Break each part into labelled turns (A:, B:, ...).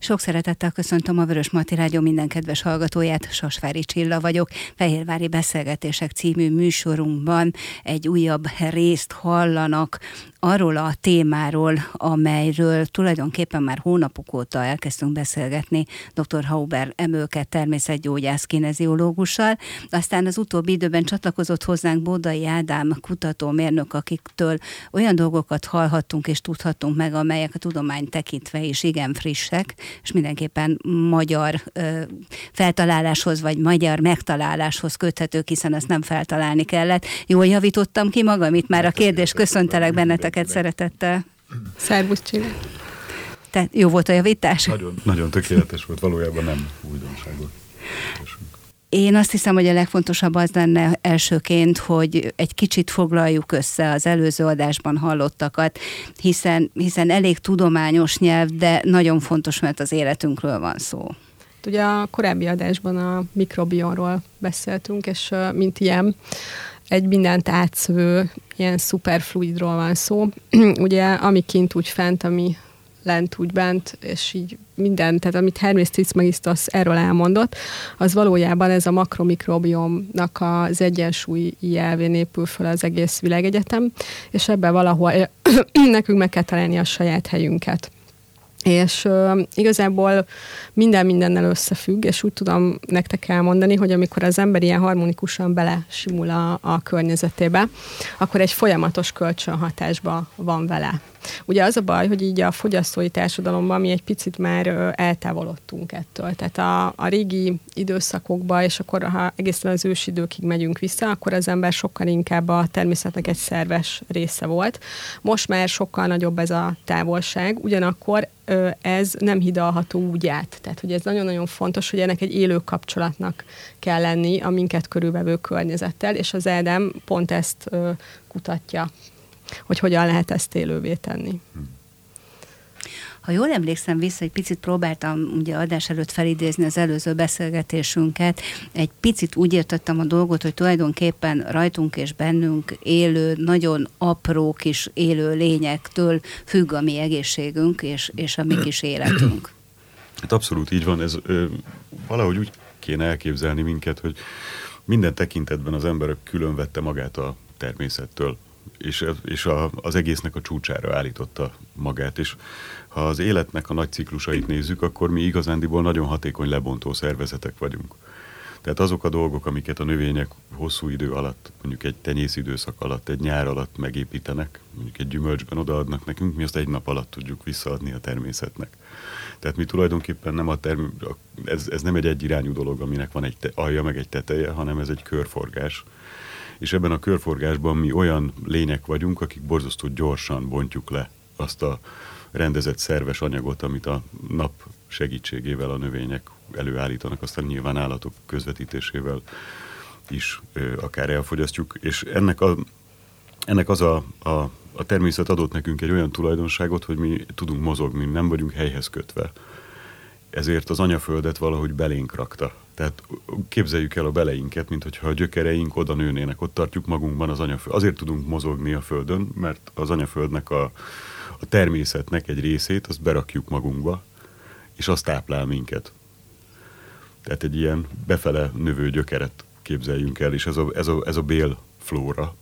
A: Sok szeretettel köszöntöm a Vörösmarty Rádió minden kedves hallgatóját, Sasvári Csilla vagyok. Fehérvári Beszélgetések című műsorunkban egy újabb részt hallanak arról a témáról, amelyről tulajdonképpen már hónapok óta elkezdtünk beszélgetni dr. Hauber Emőke természetgyógyász kineziológussal. Aztán az utóbbi időben csatlakozott hozzánk Boldai Ádám kutatómérnök, akiktől olyan dolgokat hallhattunk és tudhattunk meg, amelyek a tudomány tekintve is igen frissek, és mindenképpen magyar feltaláláshoz, vagy magyar megtaláláshoz köthetők, hiszen ezt nem feltalálni kellett. Jól javítottam ki magam itt már a kérdés, köszöntelek benneteket szeretettel.
B: Szervusz Csilla.
A: Te, jó volt a javítás?
C: Nagyon tökéletes volt, valójában nem újdonságot.
A: Én azt hiszem, hogy a legfontosabb az lenne elsőként, hogy egy kicsit foglaljuk össze az előző adásban hallottakat, hiszen elég tudományos nyelv, de nagyon fontos, mert az életünkről van szó.
B: Ugye a korábbi adásban a mikrobionról beszéltünk, és mint ilyen egy mindent átszövő ilyen szuperfluidról van szó. Ugye ami kint úgy fent, ami lent úgy bent, és így minden, tehát amit Hermes Trismegistus erről elmondott, az valójában ez a makromikrobiomnak az egyensúlyi elvén épül fel az egész világegyetem, és ebben valahol nekünk meg kell találni a saját helyünket. És igazából mindennel összefügg, és úgy tudom nektek elmondani, hogy amikor az ember ilyen harmonikusan belesimul a környezetébe, akkor egy folyamatos kölcsönhatásban van vele. Ugye az a baj, hogy így a fogyasztói társadalomban mi egy picit már eltávolodtunk ettől. Tehát a régi időszakokban, és akkor ha egészen az ősidőkig megyünk vissza, akkor az ember sokkal inkább a természetnek egy szerves része volt. Most már sokkal nagyobb ez a távolság, ugyanakkor ez nem hidalható úgy át. Tehát, hogy ez nagyon-nagyon fontos, hogy ennek egy élő kapcsolatnak kell lenni a minket körülvevő környezettel, és az Ádám pont ezt kutatja, hogy hogyan lehet ezt élővé tenni.
A: Ha jól emlékszem vissza, egy picit próbáltam ugye adás előtt felidézni az előző beszélgetésünket, egy picit úgy értettem a dolgot, hogy tulajdonképpen rajtunk és bennünk élő, nagyon apró kis élő lényektől függ a mi egészségünk és a mi kis életünk.
C: Hát abszolút így van, ez valahogy úgy kéne elképzelni minket, hogy minden tekintetben az ember különvette magát a természettől, és az egésznek a csúcsára állította magát, és ha az életnek a nagy ciklusait nézzük, akkor mi igazándiból nagyon hatékony lebontó szervezetek vagyunk. Tehát azok a dolgok, amiket a növények hosszú idő alatt, mondjuk egy tenyészidőszak alatt, egy nyár alatt megépítenek, mondjuk egy gyümölcsben odaadnak nekünk, mi azt egy nap alatt tudjuk visszaadni a természetnek. Tehát mi tulajdonképpen nem ez nem egy egyirányú dolog, aminek van egy alja meg egy teteje, hanem ez egy körforgás. És ebben a körforgásban mi olyan lények vagyunk, akik borzasztó gyorsan bontjuk le azt a rendezett szerves anyagot, amit a nap segítségével a növények előállítanak, aztán nyilván állatok közvetítésével is akár elfogyasztjuk. És ennek az a természet adott nekünk egy olyan tulajdonságot, hogy mi tudunk mozogni, nem vagyunk helyhez kötve. Ezért az anyaföldet valahogy belénk rakta. Tehát képzeljük el a beleinket, mint hogyha a gyökereink oda nőnének, ott tartjuk magunkban az anyaföld. Azért tudunk mozogni a földön, mert az anyaföldnek a természetnek egy részét, azt berakjuk magunkba, és azt táplál minket. Tehát egy ilyen befele növő gyökeret képzeljünk el, és ez a bélflóra.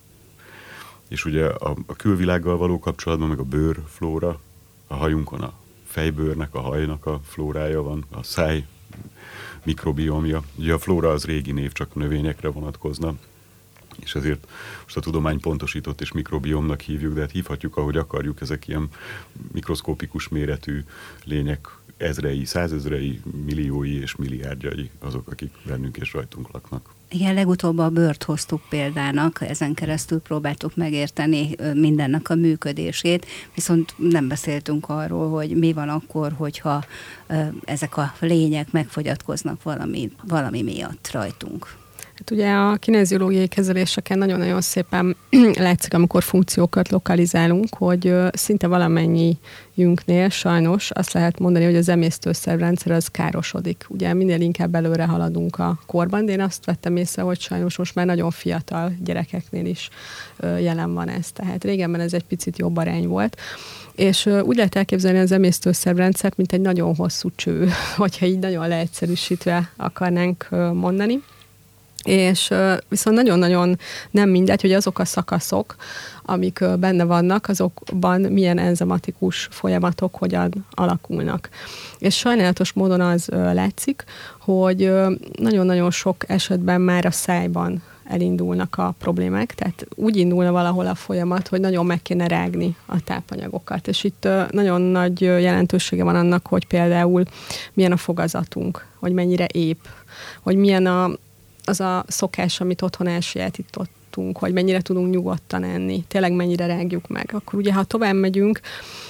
C: És ugye a külvilággal való kapcsolatban, meg a bőrflóra, a hajunkon a fejbőrnek, a hajnak a flórája van, a száj mikrobiomja. Ugye a flóra az régi név, csak a növényekre vonatkozna, és ezért most a tudomány pontosított és mikrobiomnak hívjuk, de hát hívhatjuk, ahogy akarjuk, ezek ilyen mikroszkópikus méretű lények, ezrei, százezrei, milliói és milliárdjai azok, akik bennünk és rajtunk laknak.
A: Igen, legutóbb a bőrt hoztuk példának, ezen keresztül próbáltuk megérteni mindennek a működését, viszont nem beszéltünk arról, hogy mi van akkor, hogyha ezek a lények megfogyatkoznak valami miatt rajtunk.
B: Hát ugye a kineziológiai kezeléseken nagyon-nagyon szépen látszik, amikor funkciókat lokalizálunk, hogy szinte valamennyiünknél sajnos azt lehet mondani, hogy az emésztőszervrendszer az károsodik. Ugye minél inkább előre haladunk a korban, de én azt vettem észre, hogy sajnos most már nagyon fiatal gyerekeknél is jelen van ez. Tehát régenben ez egy picit jobb arány volt. És úgy lehet elképzelni az emésztőszervrendszert, mint egy nagyon hosszú cső, hogyha így nagyon leegyszerűsítve akarnánk mondani. És viszont nagyon-nagyon nem mindegy, hogy azok a szakaszok, amik benne vannak, azokban milyen enzimatikus folyamatok hogyan alakulnak. És sajnálatos módon az látszik, hogy nagyon-nagyon sok esetben már a szájban elindulnak a problémák, tehát úgy indulna valahol a folyamat, hogy nagyon meg kéne rágni a tápanyagokat. És itt nagyon nagy jelentősége van annak, hogy például milyen a fogazatunk, hogy mennyire ép, hogy milyen az a szokás, amit otthon elsajátítottunk, hogy mennyire tudunk nyugodtan enni, tényleg mennyire rágjuk meg. Akkor ugye, ha tovább megyünk,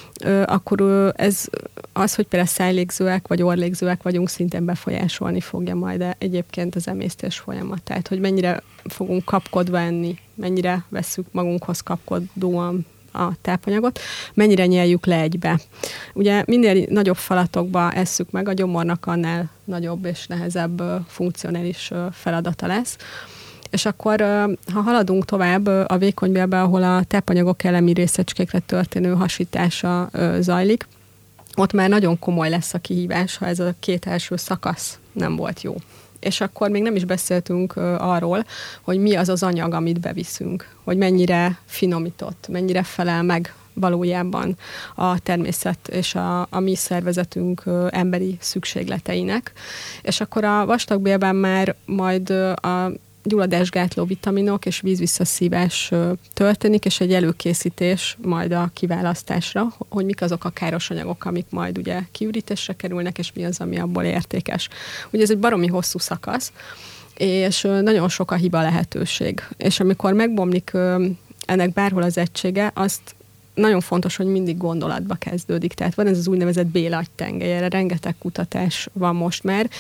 B: akkor ez az, hogy például szájlégzőek vagy orrlégzőek vagyunk, szintén befolyásolni fogja majd egyébként az emésztés folyamatát, hogy mennyire fogunk kapkodva enni, mennyire vesszük magunkhoz kapkodóan a tápanyagot, mennyire nyeljük le egybe. Ugye minél nagyobb falatokba esszük meg, a gyomornak annál nagyobb és nehezebb funkcionális feladata lesz. És akkor, ha haladunk tovább a vékonybélbe, ahol a tápanyagok elemi részecskékre történő hasítása zajlik, ott már nagyon komoly lesz a kihívás, ha ez a 2 első szakasz nem volt jó. És akkor még nem is beszéltünk arról, hogy mi az az anyag, amit beviszünk, hogy mennyire finomított, mennyire felel meg valójában a természet és a mi szervezetünk emberi szükségleteinek. És akkor a vastagbélben már majd a gyulladásgátló vitaminok és vízvisszaszívás történik, és egy előkészítés majd a kiválasztásra, hogy mik azok a káros anyagok, amik majd ugye kiürítésre kerülnek, és mi az, ami abból értékes. Ugye ez egy baromi hosszú szakasz, és nagyon sok a hiba lehetőség. És amikor megbomlik ennek bárhol az egysége, azt nagyon fontos, hogy mindig gondolatba kezdődik. Tehát van ez az úgynevezett B-agytengely, erre rengeteg kutatás van most már,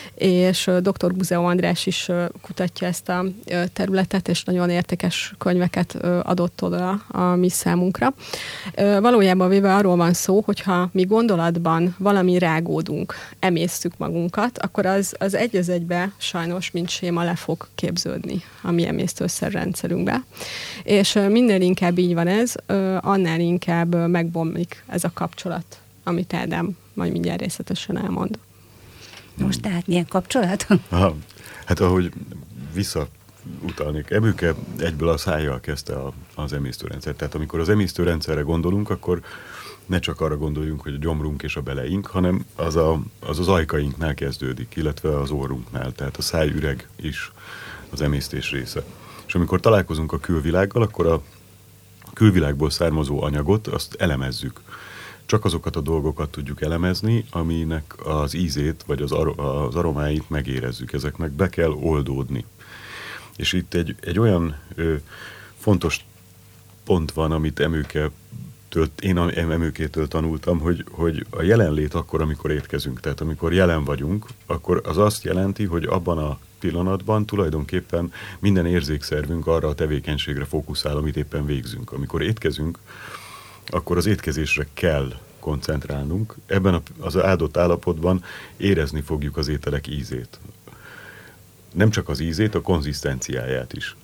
B: és dr. Buzeó András is kutatja ezt a területet, és nagyon értékes könyveket adott oda a mi számunkra. Valójában véve arról van szó, hogyha mi gondolatban valami rágódunk, emésztjük magunkat, akkor az egy az egybe sajnos, mint séma le fog képződni a mi emésztőszerrendszerünkbe. És minél inkább így van ez, annál inkább megbomlik ez a kapcsolat, amit Ádám majd mindjárt részletesen elmond.
A: Most tehát milyen kapcsolat?
C: Aha, hát ahogy visszautalnék, Emőke egyből a szájjal kezdte az emésztőrendszer. Tehát amikor az emésztőrendszerre gondolunk, akkor ne csak arra gondoljunk, hogy a gyomrunk és a beleink, hanem az ajkainknál kezdődik, illetve az orrunknál. Tehát a szájüreg is az emésztés része. És amikor találkozunk a külvilággal, akkor a külvilágból származó anyagot, azt elemezzük. Csak azokat a dolgokat tudjuk elemezni, aminek az ízét, vagy az aromáit megérezzük. Ezeknek be kell oldódni. És itt egy olyan fontos pont van, amit én Emőkétől tanultam, hogy a jelenlét akkor, amikor étkezünk. Tehát amikor jelen vagyunk, akkor az azt jelenti, hogy abban a pillanatban tulajdonképpen minden érzékszervünk arra a tevékenységre fókuszál, amit éppen végzünk. Amikor étkezünk, akkor az étkezésre kell koncentrálnunk. Ebben az áldott állapotban érezni fogjuk az ételek ízét. Nem csak az ízét, a konzisztenciáját is.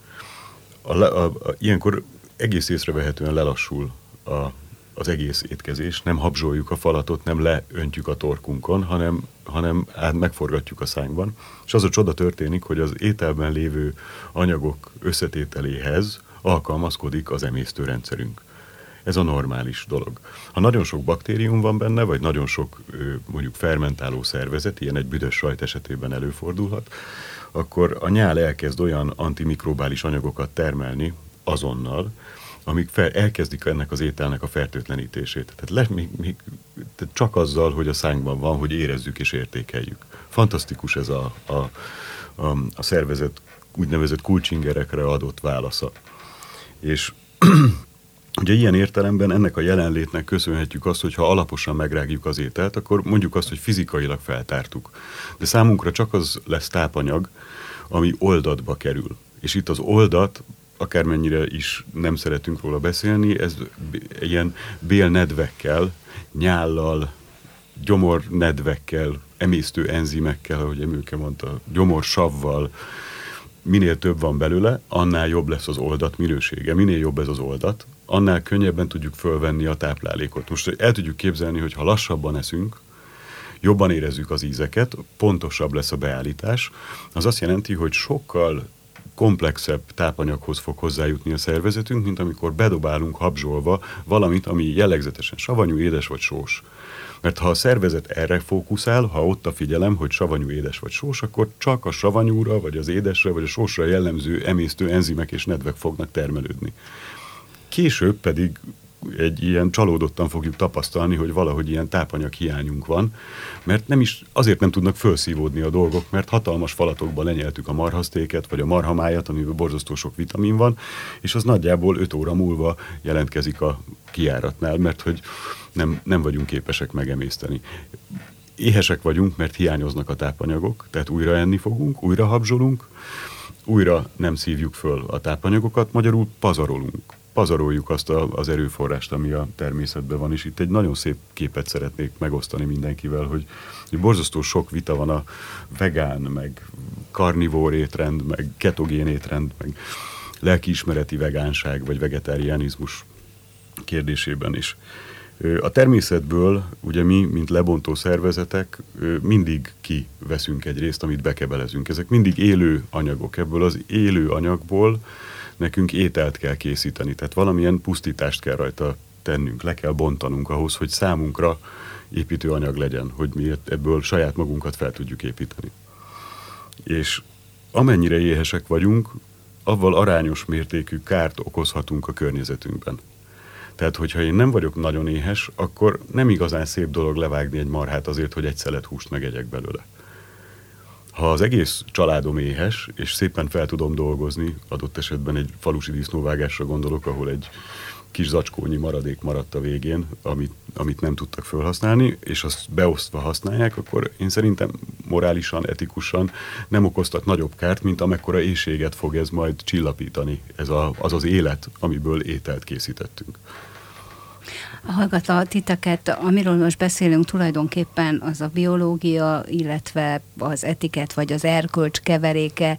C: Ilyenkor egész észrevehetően lelassul az egész étkezés, nem habzsoljuk a falatot, nem leöntjük a torkunkon, hanem megforgatjuk a szánkban. És az a csoda történik, hogy az ételben lévő anyagok összetételéhez alkalmazkodik az emésztőrendszerünk. Ez a normális dolog. Ha nagyon sok baktérium van benne, vagy nagyon sok mondjuk fermentáló szervezet, ilyen egy büdös sajt esetében előfordulhat, akkor a nyál elkezd olyan antimikrobális anyagokat termelni azonnal, amik elkezdik ennek az ételnek a fertőtlenítését. Tehát csak azzal, hogy a szánkban van, hogy érezzük és értékeljük. Fantasztikus ez a szervezet úgynevezett kulcsingerekre adott válasza. És ugye ilyen értelemben ennek a jelenlétnek köszönhetjük azt, hogy ha alaposan megrágjuk az ételt, akkor mondjuk azt, hogy fizikailag feltártuk. De számunkra csak az lesz tápanyag, ami oldatba kerül. És itt az oldat, akármennyire is nem szeretünk róla beszélni, ez ilyen bélnedvekkel, nyállal, gyomornedvekkel, emésztő enzimekkel, ahogy Emőke mondta, gyomorsavval, minél több van belőle, annál jobb lesz az oldat minősége. Minél jobb ez az oldat, annál könnyebben tudjuk fölvenni a táplálékot. Most el tudjuk képzelni, hogy ha lassabban eszünk, jobban érezzük az ízeket, pontosabb lesz a beállítás. Az azt jelenti, hogy sokkal komplexebb tápanyaghoz fog hozzájutni a szervezetünk, mint amikor bedobálunk habzsolva valamit, ami jellegzetesen savanyú, édes vagy sós. Mert ha a szervezet erre fókuszál, ha ott a figyelem, hogy savanyú, édes vagy sós, akkor csak a savanyúra, vagy az édesre, vagy a sósra jellemző emésztő enzimek és nedvek fognak termelődni. Később pedig egy ilyen csalódottan fogjuk tapasztalni, hogy valahogy ilyen tápanyag hiányunk van, mert azért nem tudnak felszívódni a dolgok, mert hatalmas falatokba lenyeltük a marhasztéket, vagy a marhamájat, amiben borzasztó sok vitamin van, és az nagyjából 5 óra múlva jelentkezik a kijáratnál, mert hogy nem vagyunk képesek megemészteni. Éhesek vagyunk, mert hiányoznak a tápanyagok, tehát újra enni fogunk, újra habzsolunk, újra nem szívjuk föl a tápanyagokat, magyarul pazaroljuk azt az erőforrást, ami a természetben van, és itt egy nagyon szép képet szeretnék megosztani mindenkivel, hogy borzasztó sok vita van a vegán, meg karnivór étrend, meg ketogén étrend, meg lelkiismereti vegánság, vagy vegetáriánizmus kérdésében is. A természetből ugye mi, mint lebontó szervezetek, mindig kiveszünk egy részt, amit bekebelezünk. Ezek mindig élő anyagok. Ebből az élő anyagból nekünk ételt kell készíteni, tehát valamilyen pusztítást kell rajta tennünk, le kell bontanunk ahhoz, hogy számunkra építő anyag legyen, hogy mi ebből saját magunkat fel tudjuk építeni. És amennyire éhesek vagyunk, avval arányos mértékű kárt okozhatunk a környezetünkben. Tehát, hogyha én nem vagyok nagyon éhes, akkor nem igazán szép dolog levágni egy marhát azért, hogy egy szelet húst megegyek belőle. Ha az egész családom éhes, és szépen fel tudom dolgozni, adott esetben egy falusi disznóvágásra gondolok, ahol egy kis zacskónyi maradék maradt a végén, amit nem tudtak felhasználni, és azt beosztva használják, akkor én szerintem morálisan, etikusan nem okoztat nagyobb kárt, mint amekkora éhséget fog ez majd csillapítani, ez az élet, amiből ételt készítettünk.
A: Hallgatva titeket, amiről most beszélünk, tulajdonképpen az a biológia, illetve az etiket, vagy az erkölcs keveréke,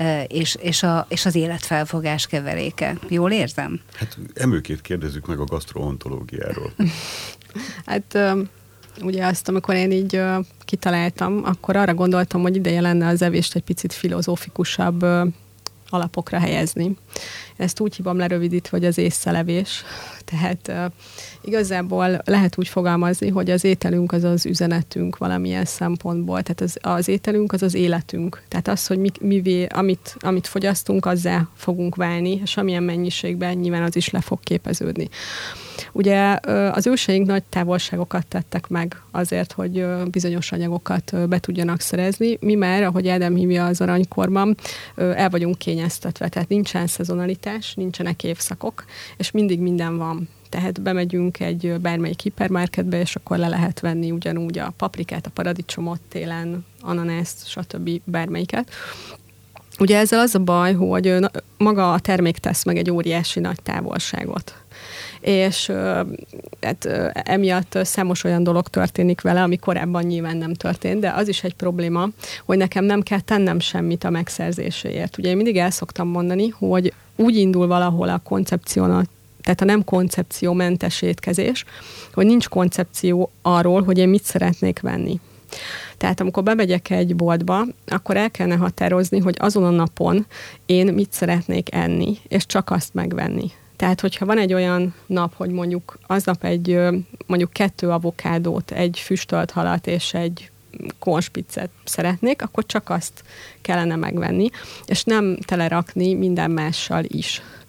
A: és az életfelfogás keveréke. Jól érzem?
C: Hát Emőkét kérdezzük meg a gasztroontológiáról.
B: Hát ugye azt, amikor én így kitaláltam, akkor arra gondoltam, hogy ideje lenne az evést egy picit filozófikusabb alapokra helyezni. Ezt úgy hívom lerövidítve, hogy az észszelevés. Tehát igazából lehet úgy fogalmazni, hogy az ételünk az az üzenetünk valamilyen szempontból. Tehát az ételünk az az életünk. Tehát az, hogy amit fogyasztunk, azzá fogunk válni, és amilyen mennyiségben nyilván az is le fog képeződni. Ugye az őseink nagy távolságokat tettek meg azért, hogy bizonyos anyagokat be tudjanak szerezni. Mi már, ahogy Ádám hívja az aranykorban, el vagyunk kényeztetve, tehát nincsen szezonalitás, nincsenek évszakok, és mindig minden van. Tehát bemegyünk egy bármelyik hipermarketbe, és akkor le lehet venni ugyanúgy a paprikát, a paradicsomot, télen, ananászt, stb. Bármelyiket. Ugye ezzel az a baj, hogy maga a termék tesz meg egy óriási nagy távolságot. És hát, emiatt számos olyan dolog történik vele, ami korábban nyilván nem történt, de az is egy probléma, hogy nekem nem kell tennem semmit a megszerzéséért. Ugye én mindig el szoktam mondani, hogy úgy indul valahol a koncepciónak, tehát a nem koncepciómentes étkezés, hogy nincs koncepció arról, hogy én mit szeretnék venni. Tehát amikor bemegyek egy boltba, akkor el kellene határozni, hogy azon a napon én mit szeretnék enni, és csak azt megvenni. Tehát, hogyha van egy olyan nap, hogy mondjuk aznap mondjuk 2 avokádót, egy füstölt halat és egy kornspiccet szeretnék, akkor csak azt kellene megvenni, és nem telerakni minden mással is.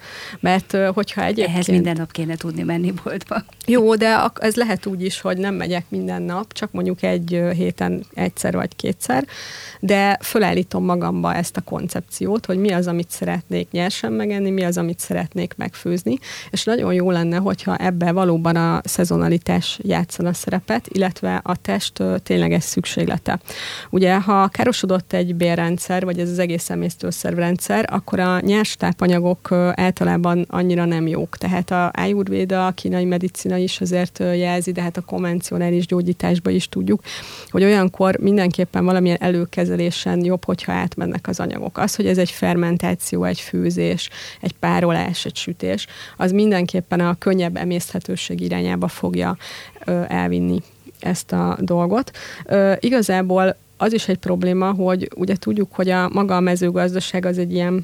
B: Mert hogyha egyébként...
A: Ehhez minden nap kéne tudni menni boltba.
B: Jó, de ez lehet úgy is, hogy nem megyek minden nap, csak mondjuk egy héten egyszer vagy kétszer, de fölállítom magamba ezt a koncepciót, hogy mi az, amit szeretnék nyersen megenni, mi az, amit szeretnék megfőzni, és nagyon jó lenne, hogyha ebbe valóban a szezonalitás játszana szerepet, illetve a test tényleges szükséglete. Ugye, ha károsodott egy bélrendszer, vagy ez az egész emésztőszervrendszer, akkor a nyers tápanyagok általában annyira nem jók. Tehát a ájurvéda, a kínai medicina is azért jelzi, de hát a konvencionális gyógyításban is tudjuk, hogy olyankor mindenképpen valamilyen előkezelésen jobb, hogyha átmennek az anyagok. Az, hogy ez egy fermentáció, egy főzés, egy párolás, egy sütés, az mindenképpen a könnyebb emészthetőség irányába fogja elvinni ezt a dolgot. Igazából az is egy probléma, hogy ugye tudjuk, hogy maga a mezőgazdaság az egy ilyen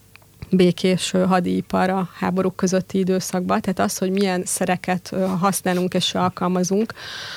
B: békés hadipar a háborúk közötti időszakban, tehát az, hogy milyen szereket használunk és alkalmazunk,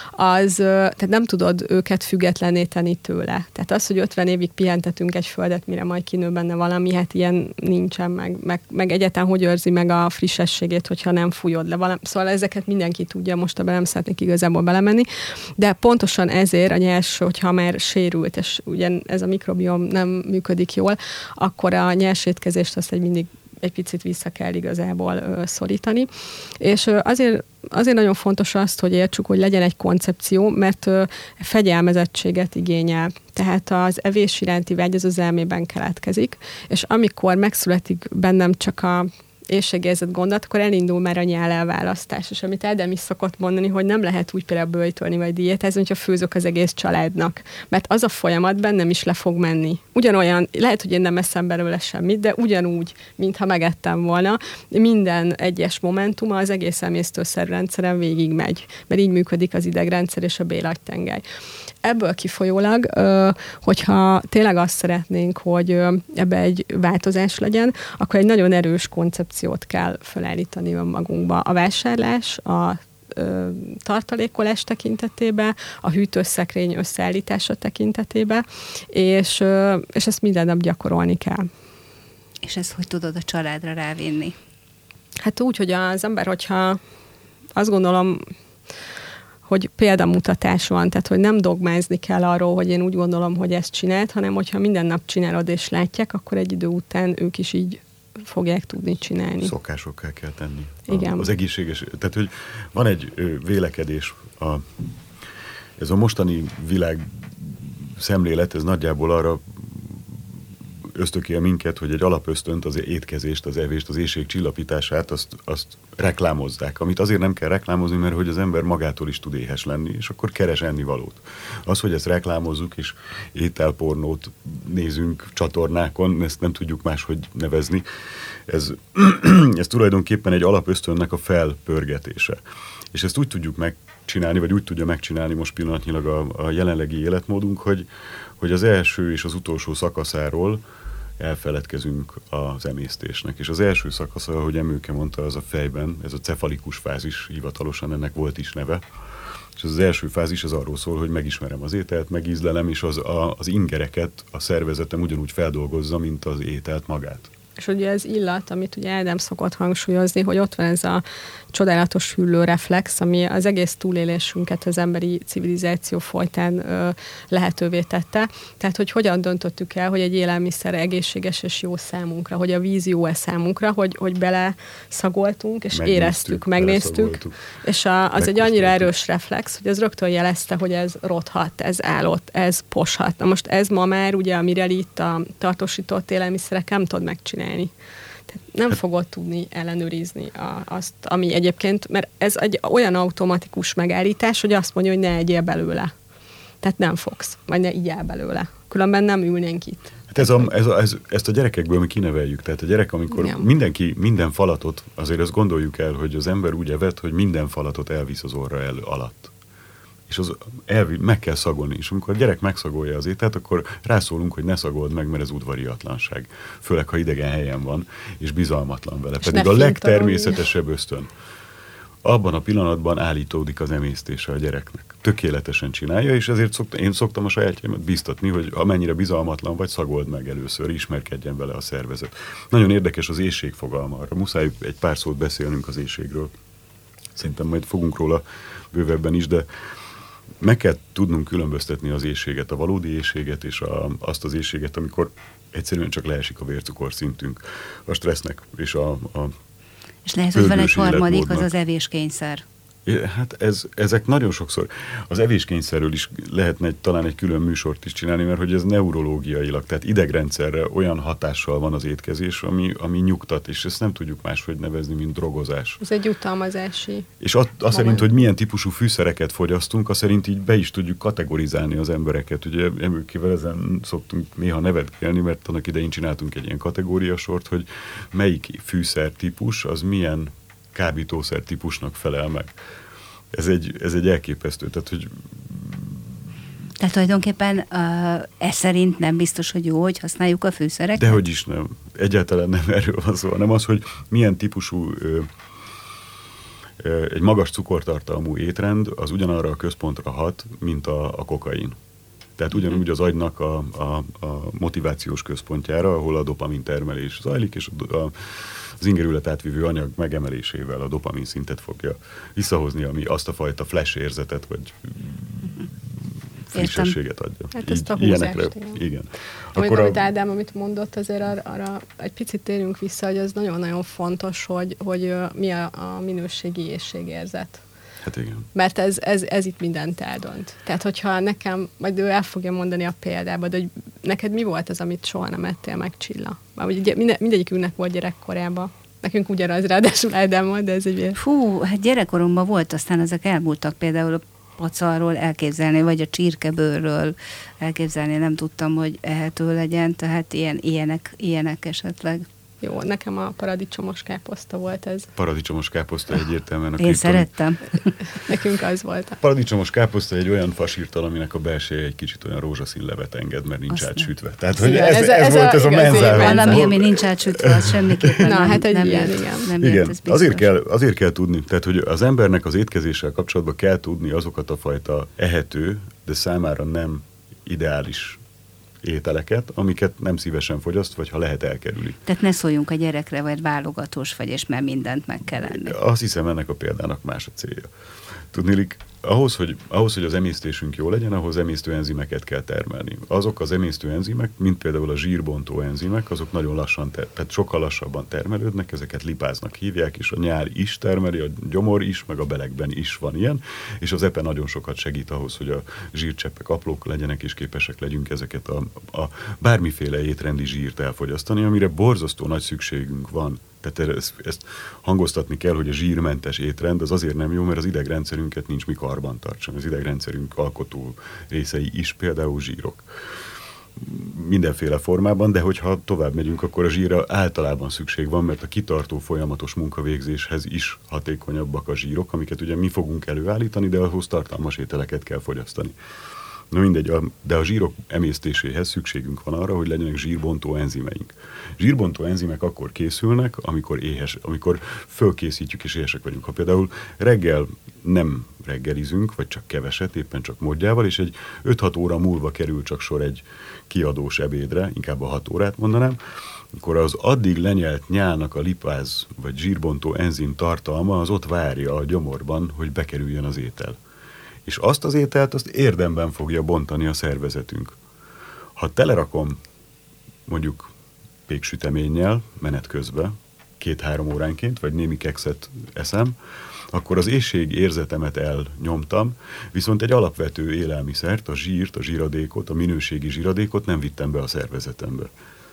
B: tehát nem tudod őket függetlenné tenni tőle. Tehát az, hogy 50 évig pihentetünk egy földet, mire majd kinő benne valami, hát ilyen nincsen meg egyáltalán hogy őrzi meg a frissességét, hogyha nem fújod le valami. Szóval ezeket mindenki tudja, most ebben nem szeretnék igazából belemenni, de pontosan ezért a nyers, hogyha már sérült, és ugye ez a mikrobiom nem működik jól, akkor a nyers étkezést azt mindig egy picit vissza kell igazából szorítani. És azért nagyon fontos azt, hogy értsük, hogy legyen egy koncepció, mert fegyelmezettséget igényel. Tehát az evés iránti vágy az elmében keletkezik, és amikor megszületik bennem csak a éhségérzet gondot, akkor elindul már a nyál elválasztás. És amit Ádám is szokott mondani, hogy nem lehet úgy például böjtölni vagy diétázni, hogyha főzök az egész családnak. Mert az a folyamat bennem is le fog menni. Ugyanolyan, lehet, hogy én nem eszem belőle semmit, de ugyanúgy, mintha megettem volna, minden egyes momentuma az egész emésztőszervrendszeren végig megy. Mert így működik az idegrendszer és a B-agytengely. Ebből kifolyólag, hogyha tényleg azt szeretnénk, hogy ebbe egy változás legyen, akkor egy nagyon erős koncepciót kell felállítani önmagunkba. A vásárlás, a tartalékolás tekintetében, a hűtőszekrény összeállítása tekintetében, és ezt minden nap gyakorolni kell.
A: És ezt hogy tudod a családra rávinni?
B: Hát úgy, hogy az ember, hogyha azt gondolom, hogy példamutatás van, tehát hogy nem dogmázni kell arról, hogy én úgy gondolom, hogy ezt csinált, hanem hogyha minden nap csinálod és látják, akkor egy idő után ők is így fogják tudni csinálni.
C: Szokásokká kell tenni.
B: Igen.
C: Az egészséges, tehát hogy van egy vélekedés, ez a mostani világ szemlélet, ez nagyjából arra ösztökél minket, hogy egy alapösztönt, az étkezést, az evést, az éhség csillapítását, azt reklámozzák. Amit azért nem kell reklámozni, mert hogy az ember magától is tud éhes lenni, és akkor keres ennivalót. Az, hogy ezt reklámozzuk, és ételpornót nézünk csatornákon, ezt nem tudjuk máshogy nevezni, ez tulajdonképpen egy alapösztönnek a felpörgetése. És ezt úgy tudjuk megcsinálni, vagy úgy tudja megcsinálni most pillanatnyilag a jelenlegi életmódunk, hogy az első és az utolsó szakaszáról elfeledkezünk az emésztésnek. És az első szakasza, ahogy Emőke mondta, az a fejben, ez a cefalikus fázis, hivatalosan ennek volt is neve. És az első fázis az arról szól, hogy megismerem az ételt, megízlelem, és az ingereket a szervezetem ugyanúgy feldolgozza, mint az ételt magát.
B: És ugye ez illat, amit ugye Ádám szokott hangsúlyozni, hogy ott van ez a csodálatos hüllőreflex, ami az egész túlélésünket az emberi civilizáció folytán lehetővé tette. Tehát, hogy hogyan döntöttük el, hogy egy élelmiszer egészséges és jó számunkra, hogy a víz jó-e számunkra, hogy bele szagoltunk, és éreztük, megnéztük. És az egy annyira erős reflex, hogy az rögtön jelezte, hogy ez rothat, ez állott, ez poshat. Na most ez ma már ugye a Mirelit, a tartósított élelmiszerek nem tud megcsinálni. Tehát nem fogod tudni ellenőrizni azt, ami egyébként, mert ez egy olyan automatikus megállítás, hogy azt mondja, hogy ne egyél belőle. Tehát nem fogsz, vagy ne igyál belőle. Különben nem ülnénk itt.
C: Hát ezt a gyerekekből mi kineveljük. Tehát a gyerek, amikor mindenki minden falatot, azért azt gondoljuk el, hogy az ember úgy evett, hogy minden falatot elvisz az orra alatt. És meg kell szagolni. És amikor a gyerek megszagolja az ételt, akkor rászólunk, hogy ne szagold meg, mert ez udvariatlanság. Főleg, ha idegen helyen van, és bizalmatlan vele. És pedig a legtermészetesebb ösztön. abban a pillanatban állítódik az emésztése a gyereknek. Tökéletesen csinálja, és ezért én szoktam a sajátjaimat biztatni, hogy amennyire bizalmatlan vagy, szagold meg először, ismerkedjen vele a szervezet. Nagyon érdekes az éhség fogalma, arra muszáj egy pár szót beszélnünk az éhségről. Szerintem majd fogunk róla bővebben is, de meg kell tudnunk különböztetni az éhséget, a valódi éhséget és azt az éhséget, amikor egyszerűen csak leesik a vércukorszintünk a stressznek és a
A: és lehet, hogy van egy harmadik, az az evéskényszer.
C: Hát ezek nagyon sokszor, az evéskényszerről is lehetne talán egy külön műsort is csinálni, mert hogy ez neurológiailag, tehát idegrendszerre olyan hatással van az étkezés, ami nyugtat, és ezt nem tudjuk máshogy nevezni, mint drogozás.
B: Ez egy jutalmazási. És
C: azt szerint, hogy milyen típusú fűszereket fogyasztunk, azt szerint így be is tudjuk kategorizálni az embereket. Ugye Emőkével ezen szoktunk néha nevetkelni, mert annak idején csináltunk egy ilyen kategóriasort, hogy melyik fűszertípus az milyen kábítószer típusnak felel meg. Ez egy elképesztő.
A: Tehát tulajdonképpen ez szerint nem biztos, hogy jó, hogy használjuk a fűszereket?
C: Dehogy is nem. Egyáltalán nem erről van szó, hanem az, hogy milyen típusú egy magas cukortartalmú étrend az ugyanarra a központra hat, mint a kokain. Tehát ugyanúgy az agynak a motivációs központjára, ahol a dopamin termelés zajlik, és az ingerület átvívő anyag megemelésével a dopamin szintet fogja visszahozni, ami azt a fajta flash érzetet, vagy frissességet adja.
B: Hát ezt a húzást,
C: igen.
B: Amit Ádám, amit mondott, azért arra egy picit térjünk vissza, hogy ez nagyon-nagyon fontos, hogy mi a minőségi éhségérzet.
C: Hát igen.
B: Mert ez itt mindent eldönt. Tehát, hogyha nekem, majd ő el fogja mondani a példába, de hogy neked mi volt az, amit soha nem ettél meg, Csilla? Már ugye mindegyikünknek volt gyerekkorában. Nekünk ugyanaz, ráadásul Ádámmal, de ez egy...
A: Fú, hát gyerekkoromban volt, aztán ezek elmúltak, például a pacalról elképzelni, vagy a csirkebőrről elképzelni, nem tudtam, hogy ehető legyen, tehát ilyenek esetleg.
B: Jó, nekem a paradicsomos káposzta volt ez.
C: Paradicsomos káposzta egyértelműen a
A: Én szerettem.
B: Nekünk az volt.
C: A paradicsomos káposzta egy olyan fasírtal, aminek a belseje egy kicsit olyan rózsaszín levet enged, mert nincs átsütve. Tehát, hogy ez volt ez a menzál.
A: Valami, ami nincs átsütve, az semmiképpen
B: nem
C: igen. Azért kell tudni, tehát, hogy az embernek az étkezéssel kapcsolatban kell tudni azokat a fajta ehető, de számára nem ideális ételeket, amiket nem szívesen fogyaszt, vagy ha lehet elkerüli.
A: Tehát ne szóljunk a gyerekre, vagy válogatós vagy, és mert mindent meg kell enni.
C: Azt hiszem, ennek a példának más a célja. Tudniillik, ahhoz, hogy az emésztésünk jó legyen, ahhoz emésztőenzimeket kell termelni. Azok az emésztőenzimek, mint például a zsírbontó enzimek, azok nagyon lassan, tehát sokkal lassabban termelődnek, ezeket lipáznak hívják, és a nyál is termeli, a gyomor is, meg a belegben is van ilyen, és az epe nagyon sokat segít ahhoz, hogy a zsírcseppek aprók legyenek, és képesek legyünk ezeket a bármiféle étrendi zsírt elfogyasztani, amire borzasztó nagy szükségünk van. Tehát ezt hangoztatni kell, hogy a zsírmentes étrend az azért nem jó, mert az idegrendszerünket nincs mi karban tartson. Az idegrendszerünk alkotó részei is például zsírok. Mindenféle formában, de hogyha tovább megyünk, akkor a zsírra általában szükség van, mert a kitartó folyamatos munkavégzéshez is hatékonyabbak a zsírok, amiket ugye mi fogunk előállítani, de ahhoz tartalmas ételeket kell fogyasztani. Na mindegy, de a zsírok emésztéséhez szükségünk van arra, hogy legyenek zsírbontó enzimeink. Zsírbontó enzimek akkor készülnek, amikor fölkészítjük és éhesek vagyunk. Ha például reggel nem reggelizünk, vagy csak keveset, éppen csak módjával, és egy 5-6 óra múlva kerül csak sor egy kiadós ebédre, inkább a 6 órát mondanám, akkor az addig lenyelt nyálnak a lipáz vagy zsírbontó enzim tartalma az ott várja a gyomorban, hogy bekerüljön az étel. És azt az ételt, azt érdemben fogja bontani a szervezetünk. Ha telerakom mondjuk péksüteménnyel menet közben, 2-3 óránként, vagy némi kekszet eszem, akkor az éhség érzetemet elnyomtam, viszont egy alapvető élelmiszert, a zsírt, a zsíradékot, a minőségi zsíradékot nem vittem be a szervezetembe.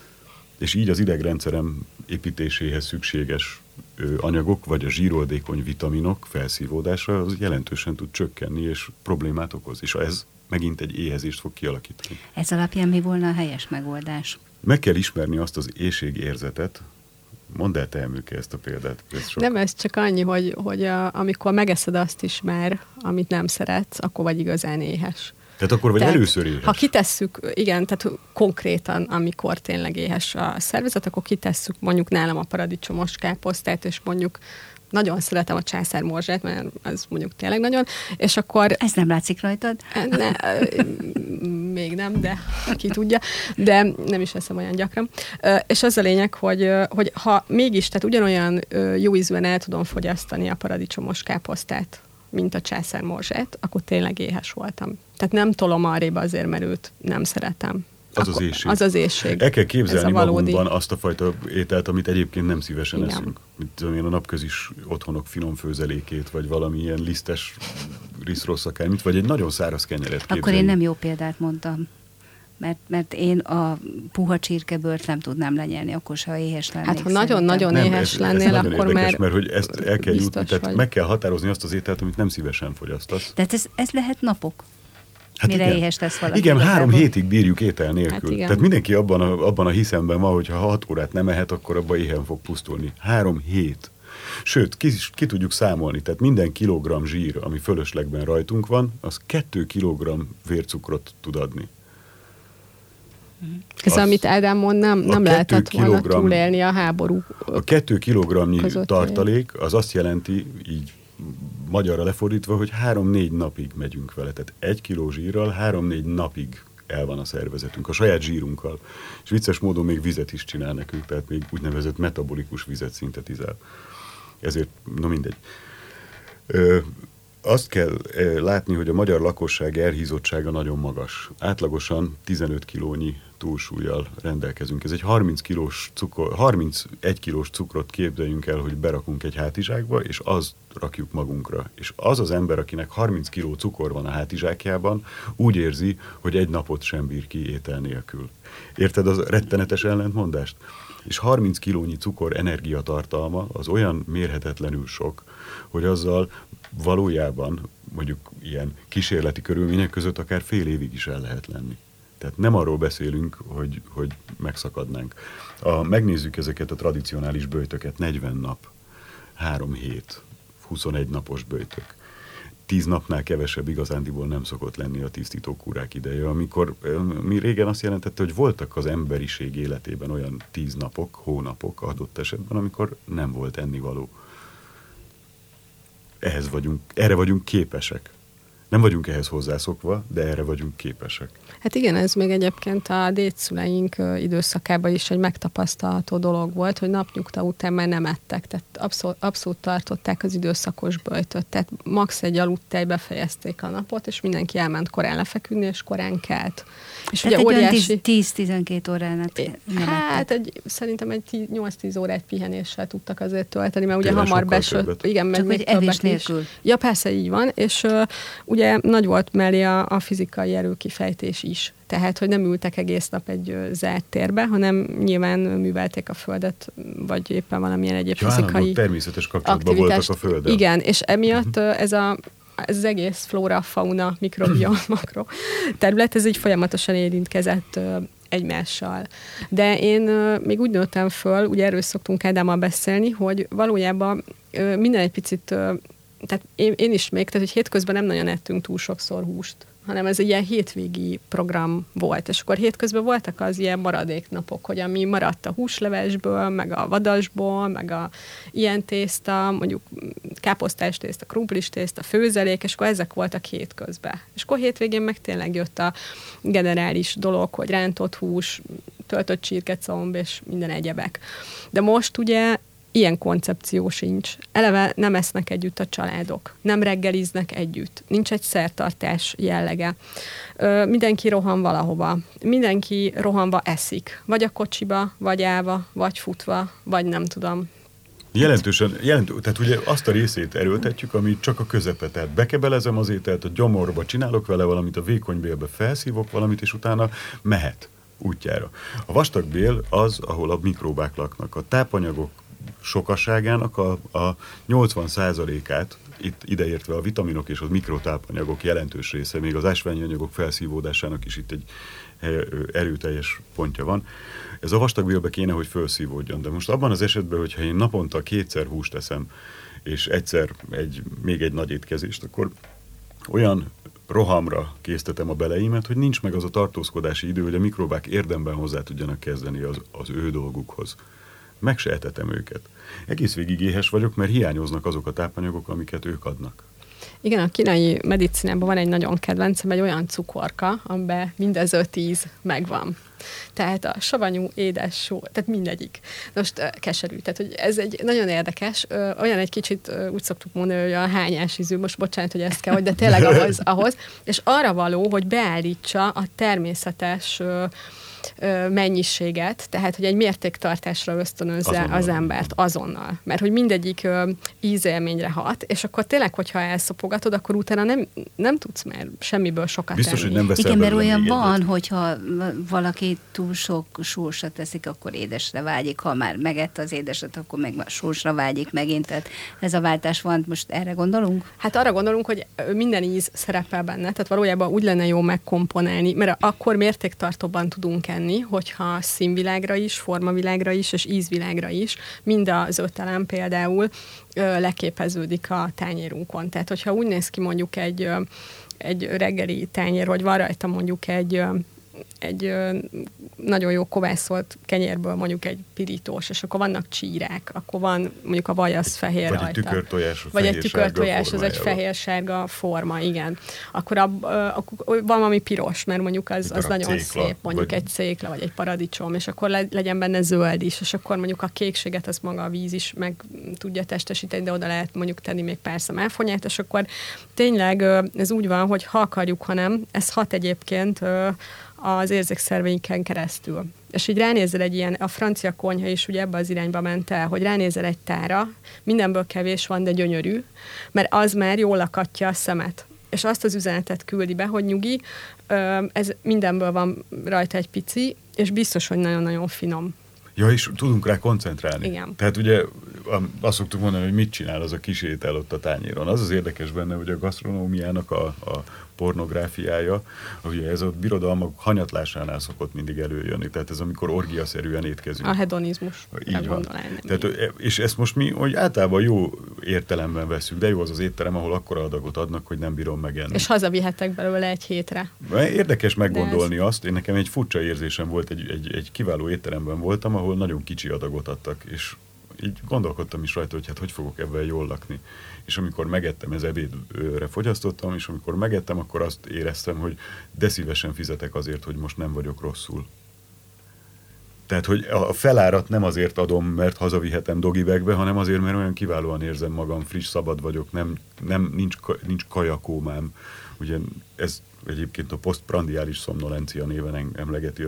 C: És így az idegrendszerem építéséhez szükséges anyagok, vagy a zsíroldékony vitaminok felszívódása az jelentősen tud csökkenni, és problémát okoz. És ez megint egy éhezést fog kialakítani.
A: Ez alapján mi volna a helyes megoldás?
C: Meg kell ismerni azt az éhségérzetet. Mondd el te, Emőke, ezt a példát.
B: Nem, ez csak annyi, hogy amikor megeszed azt is már, amit nem szeretsz, akkor vagy igazán éhes.
C: Tehát akkor vagy először éhes.
B: Ha kitesszük, igen, tehát konkrétan, amikor tényleg éhes a szervezet, akkor kitesszük mondjuk nálam a paradicsomos káposztát, és mondjuk nagyon szeretem a császármorzsát, mert az mondjuk tényleg nagyon, és akkor...
A: Ez nem látszik rajtad?
B: Még nem, de ki tudja, de nem is eszem olyan gyakran. És az a lényeg, hogy ha mégis, tehát ugyanolyan jó ízűen el tudom fogyasztani a paradicsomos káposztát, mint a császármorzsát, akkor tényleg éhes voltam. Tehát nem tolom arrébb azért, mert őt nem szeretem. Az az éhség.
C: El kell képzelni magunkban azt a fajta ételt, amit egyébként nem szívesen eszünk. Mint a napközis otthonok finom főzelékét, vagy valami ilyen lisztes riszrossz akármit, vagy egy nagyon száraz kenyeret képzelni.
A: Akkor én nem jó példát mondtam. Mert én a puha csirkebőrt nem tudnám lenyelni, akkor se, ha éhes lennék.
B: Hát ha nagyon-nagyon éhes lennél,
C: ez
B: akkor
C: érdekes,
B: már
C: mert hogy ezt el kell jutni, tehát meg kell határozni azt az ételt, amit nem szívesen fogyasztasz.
A: Tehát ez lehet napok? Hát mire
C: igen.
A: Éhes lesz valaki.
C: Igen, 3 hétig bírjuk étel nélkül.
B: Hát
C: tehát mindenki abban a hiszemben van, hogy ha 6 órát nem ehet, akkor abban éhen fog pusztulni. 3 hét. Sőt, ki tudjuk számolni, tehát minden kilogramm zsír, ami fölöslegben rajtunk van, az 2 kilogramm vércukrot tud adni.
B: Ez, amit Ádám mond, nem lehetett volna túlélni a háború.
C: A 2 kilogramnyi tartalék, az azt jelenti, így magyarra lefordítva, hogy 3-4 napig megyünk vele. Tehát 1 kiló zsírral 3-4 napig el van a szervezetünk, a saját zsírunkkal. És vicces módon még vizet is csinál nekünk, tehát még úgynevezett metabolikus vizet szintetizál. Ezért, no mindegy. Azt kell látni, hogy a magyar lakosság elhízottsága nagyon magas. Átlagosan 15 kilónyi túlsúllyal rendelkezünk. Ez egy 31 kilós cukrot képzeljünk el, hogy berakunk egy hátizsákba, és azt rakjuk magunkra. És az az ember, akinek 30 kiló cukor van a hátizsákjában, úgy érzi, hogy egy napot sem bír ki étel nélkül. Érted az rettenetes ellentmondást? És 30 kilónyi cukor energiatartalma az olyan mérhetetlenül sok, hogy azzal valójában mondjuk ilyen kísérleti körülmények között akár fél évig is el lehet lenni. Tehát nem arról beszélünk, hogy megszakadnánk. Megnézzük ezeket a tradicionális böjtöket, 40 nap, 3 hét, 21 napos böjtök. 10 napnál kevesebb igazándiból nem szokott lenni a tisztítókúrák ideje, amikor mi régen azt jelentette, hogy voltak az emberiség életében olyan 10 napok, hónapok adott esetben, amikor nem volt ennivaló. Erre vagyunk képesek. Nem vagyunk ehhez hozzászokva, de erre vagyunk képesek.
B: Hát igen, ez még egyébként a dédszüleink időszakában is egy megtapasztalható dolog volt, hogy napnyugta után már nem ettek, tehát abszolút tartották az időszakos böjtöt. Tehát max. Egy aludtáj befejezték a napot, és mindenki elment korán lefeküdni, és korán kelt. És
A: tehát
B: ugye
A: egy
B: óriási...
A: 10-12 órán nem
B: Hát szerintem egy 8-10 órát pihenéssel tudtak azért tölteni, mert ugye
C: tényleg
B: hamar besölt. Igen,
A: csak hogy evés nélkül.
B: Ja, persze így van, és ugye nagy volt mellé a fizikai erőkifejtés is. Tehát, hogy nem ültek egész nap egy zárt térbe, hanem nyilván művelték a földet, vagy éppen valamilyen egyéb fizikai
C: természetes kapcsolatban voltak a földdel.
B: Igen, és emiatt ez az egész flóra, fauna, mikrobiom, makro terület, ez így folyamatosan érintkezett egymással. De én még úgy nőttem föl, ugye erről szoktunk Ádámmal beszélni, hogy valójában minden egy picit, tehát én is még, tehát hogy hétközben nem nagyon ettünk túl sokszor húst, hanem ez egy ilyen hétvégi program volt. És akkor hétközben voltak az ilyen maradéknapok, hogy ami maradt a húslevesből, meg a vadasból, meg a ilyen tészta, mondjuk káposztás tészta, krumplis tészta, főzelék, és akkor ezek voltak hétközben. És akkor hétvégén meg tényleg jött a generális dolog, hogy rántott hús, töltött csirkecomb, és minden egyebek. De most ugye ilyen koncepció sincs. Eleve nem esznek együtt a családok, nem reggeliznek együtt, nincs egy szertartás jellege. Mindenki rohan valahova, mindenki rohanva eszik, vagy a kocsiba, vagy állva, vagy futva, vagy nem tudom.
C: Tehát ugye azt a részét erőltetjük, ami csak a közepe, tehát bekebelezem az ételt, a gyomorba csinálok vele valamit, a vékonybélbe felszívok valamit, és utána mehet útjára. A vastagbél az, ahol a mikróbák laknak. A tápanyagok sokasságának a 80%-át, itt ideértve a vitaminok és a mikrotápanyagok jelentős része, még az ásványi anyagok felszívódásának is itt egy erőteljes pontja van. Ez a vastagbélbe kéne, hogy felszívódjon. De most abban az esetben, hogyha én naponta 2-szer húst eszem, és egyszer még egy nagy étkezést, akkor olyan rohamra késztetem a beleimet, hogy nincs meg az a tartózkodási idő, hogy a mikrobák érdemben hozzá tudjanak kezdeni az ő dolgukhoz. meg se etetem őket. Egész végig éhes vagyok, mert hiányoznak azok a tápanyagok, amiket ők adnak.
B: Igen, a kínai medicinában van egy nagyon kedvencem, egy olyan cukorka, amiben mindez 5 íz megvan. Tehát a savanyú, édes, só, tehát mindegyik. Most keserű. Tehát, hogy ez egy nagyon érdekes, olyan egy kicsit úgy szoktuk mondani, hogy a hányás ízű, most bocsánat, hogy ezt kell, hogy de tényleg ahhoz, és arra való, hogy beállítsa a természetes mennyiséget, tehát, hogy egy mértéktartásra ösztönözze az embert azonnal. Mert hogy mindegyik ízélményre hat, és akkor tényleg, hogyha elszopogatod, akkor utána nem tudsz már semmiből sokat
C: biztos,
B: tenni.
C: hogy nem veszel.
A: Igen, mert olyan van, hogyha valaki túl sok sósra teszik, akkor édesre vágyik, ha már megette az édeset, akkor meg már sósra vágyik megint, tehát ez a váltás van, most erre gondolunk?
B: Hát arra gondolunk, hogy minden íz szerepel benne, tehát valójában úgy lenne jó megkomponálni, mert akkor mértéktartóban tudunk enni, hogyha színvilágra is, formavilágra is, és ízvilágra is, mind az 5 elem például leképeződik a tányérunkon. Tehát, hogyha úgy néz ki mondjuk egy reggeli tányér, hogy van rajta mondjuk egy nagyon jó kovászolt kenyérből mondjuk egy pirítós, és akkor vannak csírák, akkor van mondjuk a vaj az fehér
C: vagy
B: rajta.
C: Vagy egy
B: tükörtojás, az egy fehér-sárga forma, igen. Akkor van valami piros, mert mondjuk az nagyon
C: cékla,
B: szép, mondjuk egy cékla, vagy egy paradicsom, és akkor legyen benne zöld is, és akkor mondjuk a kékséget az maga a víz is meg tudja testesíteni, de oda lehet mondjuk tenni még pár szem áfonyát, és akkor tényleg ez úgy van, hogy ha akarjuk, ha nem, ez hat egyébként az érzékszerveinken keresztül. És így ránézel egy ilyen, a francia konyha is ugye ebbe az irányba ment el, hogy ránézel egy tára, mindenből kevés van, de gyönyörű, mert az már jól lakatja a szemet. És azt az üzenetet küldi be, hogy nyugi, ez mindenből van rajta egy pici, és biztos, hogy nagyon-nagyon finom.
C: Ja, és tudunk rá koncentrálni.
B: Igen.
C: Tehát ugye azt szoktuk mondani, hogy mit csinál az a kis étel ott a tányéron. Az érdekes benne, hogy a gasztronómiának a pornográfiája, ugye ez a birodalmak hanyatlásánál szokott mindig előjönni. Tehát ez amikor orgiaszerűen étkezünk.
B: A hedonizmus.
C: Így van. Tehát, és ezt most mi, hogy általában jó értelemben veszünk, de jó az étterem, ahol akkora adagot adnak, hogy nem bírom megenni.
B: És hazavihetek belőle egy hétre.
C: Érdekes meggondolni azt, én nekem egy furcsa érzésem volt, egy kiváló étteremben voltam, ahol nagyon kicsi adagot adtak, és így gondolkodtam is rajta, hogy hát hogy fogok ebben jól lakni. És amikor megettem, ez ebédre fogyasztottam, és amikor megettem, akkor azt éreztem, hogy de szívesen fizetek azért, hogy most nem vagyok rosszul. Tehát, hogy a felárat nem azért adom, mert hazavihetem dogibagbe, hanem azért, mert olyan kiválóan érzem magam, friss, szabad vagyok, nincs kajakómám. Ugye ez egyébként a posztprandiális szomnolencia néven emlegeti a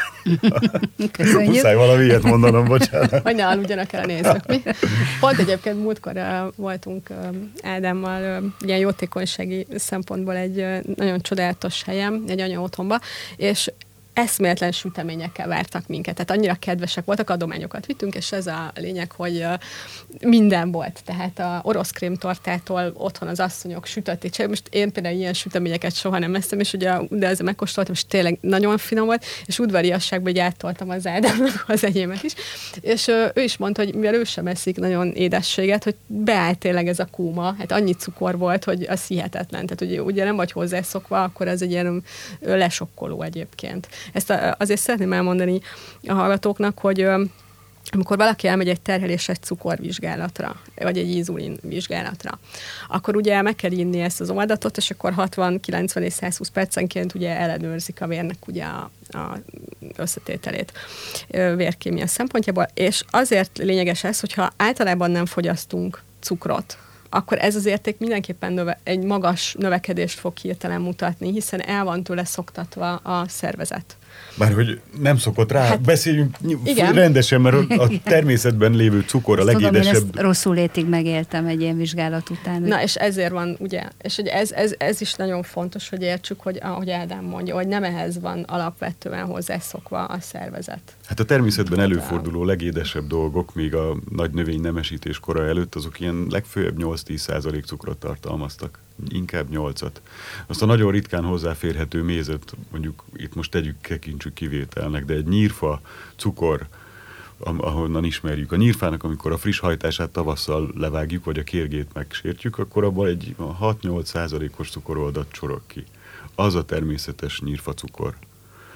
C: tudomány. Muszáj valami ilyet mondanom, bocsánat.
B: Hogy ne aludjanak el a nézők, mi? Pont egyébként múltkor voltunk Ádámmal ilyen jótékonysági szempontból egy nagyon csodálatos helyem, egy anya otthonba, és eszméletlen süteményekkel vártak minket. Tehát annyira kedvesek voltak, adományokat vittünk, és ez a lényeg, hogy minden volt. Tehát a orosz krémtortától otthon az asszonyok sütötték. Most én például ilyen süteményeket soha nem eszem, és ugye, de ezzel megkóstoltam, és tényleg nagyon finom volt, és udvariasságban így áttoltam az Ádámnak az enyémet is. És ő is mondta, hogy mivel ő sem eszik nagyon édességet, hogy beállt tényleg ez a kóma. Hát annyi cukor volt, hogy az hihetetlen. Tehát ugye nem vagy hozzászokva, akkor ez egy ilyen lesokkoló egyébként. Ezt azért szeretném elmondani a hallgatóknak, hogy amikor valaki elmegy egy terheléses cukorvizsgálatra, vagy egy inzulin vizsgálatra, akkor ugye meg kell inni ezt az oldatot, és akkor 60, 90 és 120 percenként ugye ellenőrzik a vérnek ugye a összetételét vérkémia szempontjából, és azért lényeges ez, hogyha általában nem fogyasztunk cukrot, akkor ez az érték mindenképpen egy magas növekedést fog hirtelen mutatni, hiszen el van tőle szoktatva a szervezet.
C: Már hogy nem szokott rá, hát, beszéljünk rendesen, mert a természetben lévő cukor a legédesebb.
A: Tudom, én ezt rosszul létig megéltem egy ilyen vizsgálat után.
B: Na, és ezért van, ugye, és hogy ez is nagyon fontos, hogy értsük, hogy ahogy Ádám mondja, hogy nem ehhez van alapvetően hozzászokva a szervezet.
C: Hát a természetben előforduló legédesebb dolgok, még a nagy növény nemesítés kora előtt, azok ilyen legfőjebb 8-10% cukrot tartalmaztak. Inkább 8-at. Azt a nagyon ritkán hozzáférhető mézet, mondjuk itt most tekintsük kivételnek, de egy nyírfa cukor, ahonnan ismerjük. A nyírfának, amikor a friss hajtását tavasszal levágjuk, vagy a kérgét megsértjük, akkor abban egy 6-8%-os cukoroldat csorog ki. Az a természetes nyírfa cukor.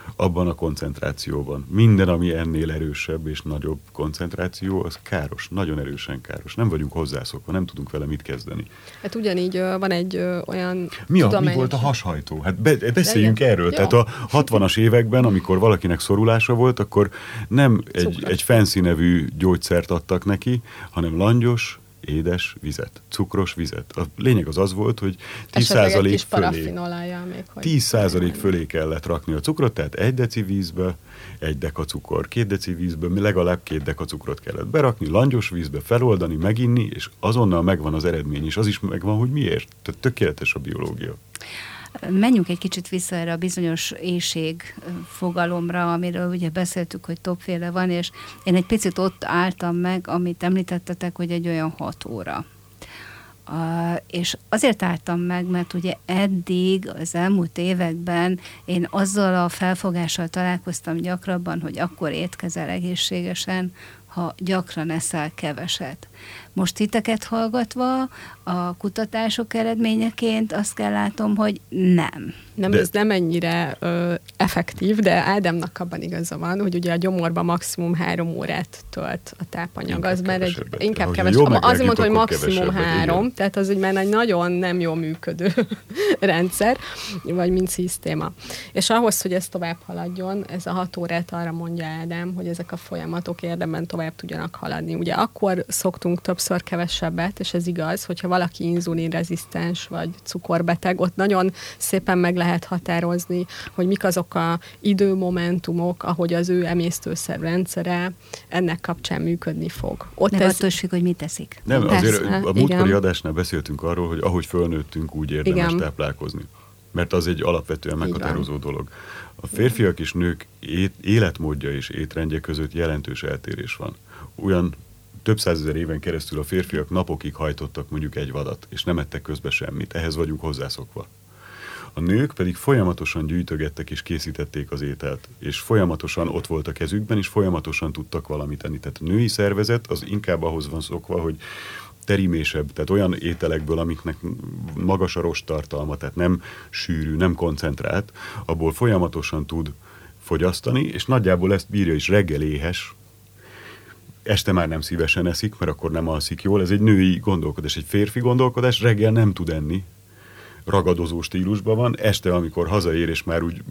C: abban a koncentrációban. Minden, ami ennél erősebb és nagyobb koncentráció, az káros, nagyon erősen káros. Nem vagyunk hozzászokva, nem tudunk vele mit kezdeni.
B: Hát ugyanígy van egy olyan
C: mi volt a hashajtó? Hát beszéljünk erről. Jó. Tehát a 60-as években, amikor valakinek szorulása volt, akkor nem egy fancy nevű gyógyszert adtak neki, hanem langyos, édes vizet, cukros vizet. A lényeg az volt, hogy 10% fölé kellett rakni a cukrot, tehát 1 deci vízbe 1 deka cukor, 2 deci vízbe legalább 2 deka cukrot kellett berakni, langyos vízbe feloldani, meginni, és azonnal megvan az eredmény, és az is megvan, hogy miért. Tehát tökéletes a biológia.
A: Menjünk egy kicsit vissza erre a bizonyos éhség fogalomra, amiről ugye beszéltük, hogy többféle van, és én egy picit ott álltam meg, amit említettetek, hogy egy olyan 6 óra. És azért álltam meg, mert ugye eddig, az elmúlt években én azzal a felfogással találkoztam gyakrabban, hogy akkor étkezel egészségesen, ha gyakran eszel keveset. Most titeket hallgatva, a kutatások eredményeként azt kell látom, hogy nem.
B: Ez nem ennyire effektív, de Ádámnak abban igaza van, hogy ugye a gyomorban maximum 3 órát tölt a tápanyag. Inkább kevesebb. Azért mondta, hogy maximum 3, tehát az már egy nagyon nem jól működő rendszer, vagy mint szisztéma. És ahhoz, hogy ez tovább haladjon, ez a 6 órát arra mondja Ádám, hogy ezek a folyamatok érdemben tovább tudjanak haladni. Ugye akkor szoktunk többször kevesebbet, és ez igaz, hogyha valaki inzulinrezisztens vagy cukorbeteg, ott nagyon szépen meg lehet határozni, hogy mik azok a időmomentumok, ahogy az ő emésztőszerv rendszere ennek kapcsán működni fog.
A: Ott meg attól függ, hogy mit teszik.
C: Nem, azért a múltkori adásnál beszéltünk arról, hogy ahogy fölnőttünk, úgy érdemes táplálkozni. Mert az egy alapvetően meghatározó dolog. A férfiak és nők életmódja és étrendje között jelentős eltérés van. Olyan több százezer éven keresztül a férfiak napokig hajtottak mondjuk egy vadat, és nem ettek közbe semmit. Ehhez vagyunk hozzászokva. A nők pedig folyamatosan gyűjtögettek és készítették az ételt, és folyamatosan ott volt a kezükben, és folyamatosan tudtak valamit enni. Tehát a női szervezet az inkább ahhoz van szokva, hogy terimésebb, tehát olyan ételekből, amiknek magas a rosttartalma, tehát nem sűrű, nem koncentrált, abból folyamatosan tud fogyasztani, és nagyjából ezt bírja is, reggel éhes, este már nem szívesen eszik, mert akkor nem alszik jól. Ez egy női gondolkodás, egy férfi gondolkodás, reggel nem tud enni, ragadozó stílusban van, este, amikor hazaér, és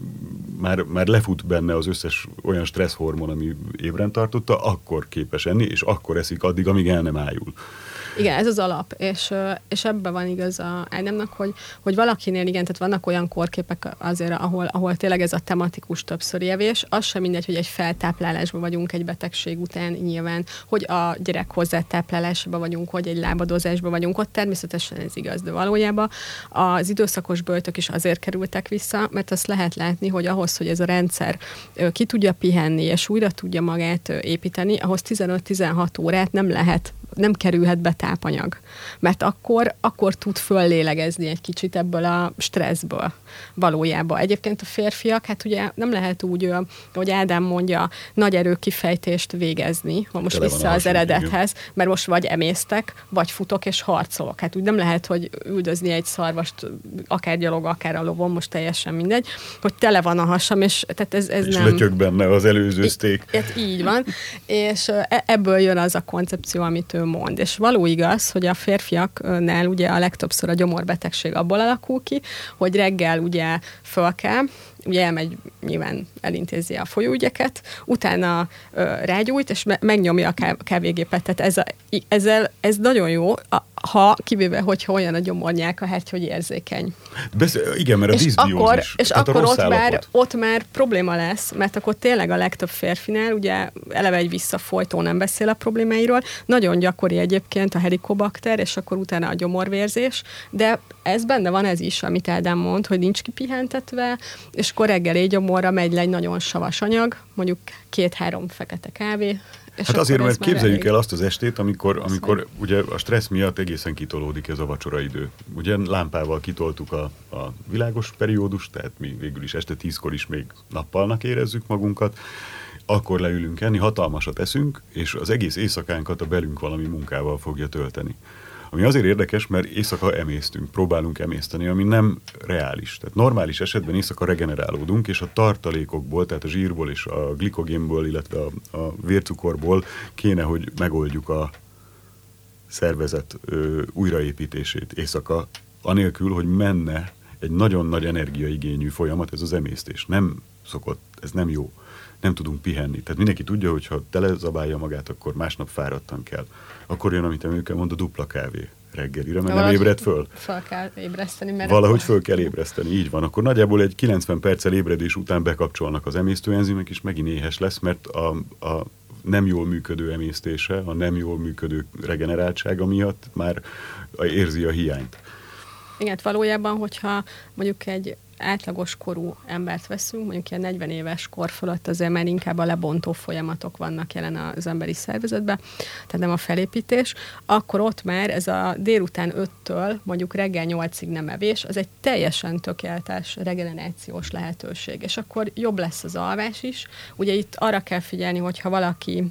C: már lefut benne az összes olyan stresszhormon, ami ébren tartotta, akkor képes enni, és akkor eszik addig, amíg el nem ájul.
B: Igen, ez az alap, és ebben van igaz Ádámnak, hogy valakinél igen, tehát vannak olyan korképek azért, ahol tényleg ez a tematikus többszöri evés, az sem mindegy, hogy egy feltáplálásban vagyunk egy betegség után nyilván, hogy a gyerek hozzátáplálásban vagyunk, hogy egy lábadozásban vagyunk, ott természetesen ez igaz, de valójában az időszakos böjtök is azért kerültek vissza, mert azt lehet látni, hogy ahhoz, hogy ez a rendszer ki tudja pihenni, és újra tudja magát építeni, ahhoz 15-16 órát nem kerülhet be tápanyag. Mert akkor tud föllélegezni egy kicsit ebből a stresszből valójában. Egyébként a férfiak, hát ugye nem lehet úgy, hogy Ádám mondja, nagy erőkifejtést végezni, ha most vissza az eredethez, mert most vagy emésztek, vagy futok és harcolok. Hát úgy nem lehet, hogy üldözni egy szarvast, akár gyalog, akár a lovon, most teljesen mindegy, hogy tele van a hasam, és tehát ez
C: és
B: nem...
C: És lötyög benne az előző szték.
B: Így van, és ebből jön az a koncepció, amit ő mond. És való igaz, hogy a férfiaknál ugye a legtöbbször a gyomorbetegség abból alakul ki, hogy reggel ugye föl kell, ugye elmegy, nyilván elintézi a folyóügyeket, utána rágyújt, és megnyomja a kávégépet. Tehát ez nagyon jó, ha kivéve, hogyha olyan a gyomornyálka, hát hogy érzékeny.
C: Igen, mert a diszbiózis.
B: És akkor ott már probléma lesz, mert akkor tényleg a legtöbb férfinál, ugye eleve egy visszafolytó nem beszél a problémáiról, nagyon gyakori egyébként a helikobakter, és akkor utána a gyomorvérzés, de ez benne van ez is, amit Ádám mond, hogy nincs kipihentetve, és akkor reggel éjgyomorra megy le egy nagyon savas anyag, mondjuk 2-3 fekete kávé.
C: Hát azért, mert képzeljük el azt az estét, amikor ugye a stressz miatt egészen kitolódik ez a vacsoraidő. Ugye lámpával kitoltuk a világos periódust, tehát mi végül is este 10-kor is még nappalnak érezzük magunkat, akkor leülünk enni, hatalmasat eszünk, és az egész éjszakánkat a belünk valami munkával fogja tölteni. Ami azért érdekes, mert éjszaka emésztünk, próbálunk emészteni, ami nem reális. Tehát normális esetben éjszaka regenerálódunk, és a tartalékokból, tehát a zsírból és a glikogénből, illetve a vércukorból kéne, hogy megoldjuk a szervezet újraépítését éjszaka, anélkül, hogy menne egy nagyon nagy energiaigényű folyamat, ez az emésztés. Ez nem jó. Nem tudunk pihenni. Tehát mindenki tudja, hogy ha telezabálja magát, akkor másnap fáradtan kell. Akkor jön, amit Emőke mond, a dupla kávé reggelire, mert nem ébred föl.
B: Föl kell ébreszteni. Mert
C: valahogy föl kell ébreszteni, így van. Akkor nagyjából egy 90 perccel ébredés után bekapcsolnak az emésztőenzimek, és megint éhes lesz, mert a nem jól működő emésztése, a nem jól működő regeneráltsága miatt már érzi a hiányt.
B: Igen, valójában, hogyha mondjuk egy átlagos korú embert veszünk, mondjuk ilyen 40 éves kor fölött azért már inkább a lebontó folyamatok vannak jelen az emberi szervezetben, tehát nem a felépítés, akkor ott már ez a délután 5-től mondjuk reggel 8-ig nem evés, az egy teljesen tökéletes regenerációs lehetőség, és akkor jobb lesz az alvás is. Ugye itt arra kell figyelni, hogyha valaki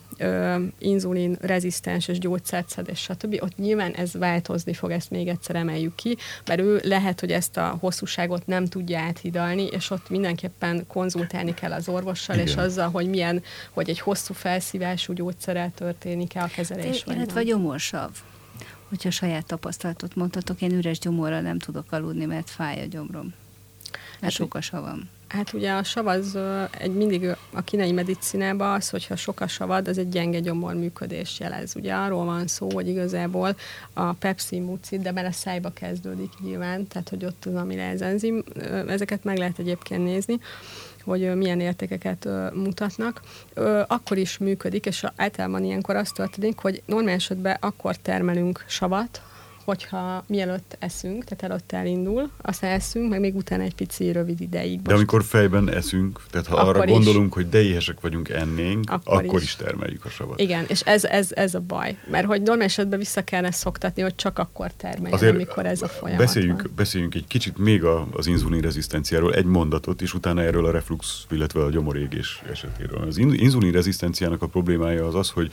B: inzulin rezisztens és gyógyszert szed, és stb., ott nyilván ez változni fog, ezt még egyszer emeljük ki, mert ő lehet, hogy ezt a hosszúságot nem tudja áthidalni, és ott mindenképpen konzultálni kell az orvossal, igen, és azzal, hogy egy hosszú felszívású gyógyszerrel történik-e a kezelés.
A: Illetve a gyomorsav. Hogyha saját tapasztalatot mondhatok, én üres gyomorral nem tudok aludni, mert fáj a gyomrom. Mert sok a savam.
B: Hát ugye a sav az mindig a kínai medicinában az, hogyha sok a savad, az egy gyenge gyomorműködést jelez. Ugye arról van szó, hogy igazából a pepsin-mucid, de bele szájba kezdődik nyilván, tehát hogy ott az amilaz enzim, ezeket meg lehet egyébként nézni, hogy milyen értékeket mutatnak, akkor is működik, és általában ilyenkor azt történik, hogy normál esetben akkor termelünk savat, hogyha mielőtt eszünk, tehát előtte elindul, aztán eszünk, meg még utána egy pici rövid ideig.
C: De amikor fejben eszünk, tehát ha arra gondolunk, hogy de éhesek vagyunk, ennénk, akkor is termeljük a savat.
B: Igen, és ez a baj. Mert hogy normál esetben vissza kellene szoktatni, hogy csak akkor termeljen, amikor ez a folyamat
C: beszéljünk egy kicsit még az inzulin rezisztenciáról, egy mondatot, és utána erről a reflux, illetve a gyomorégés esetéről. Az inzulin rezisztenciának a problémája az, hogy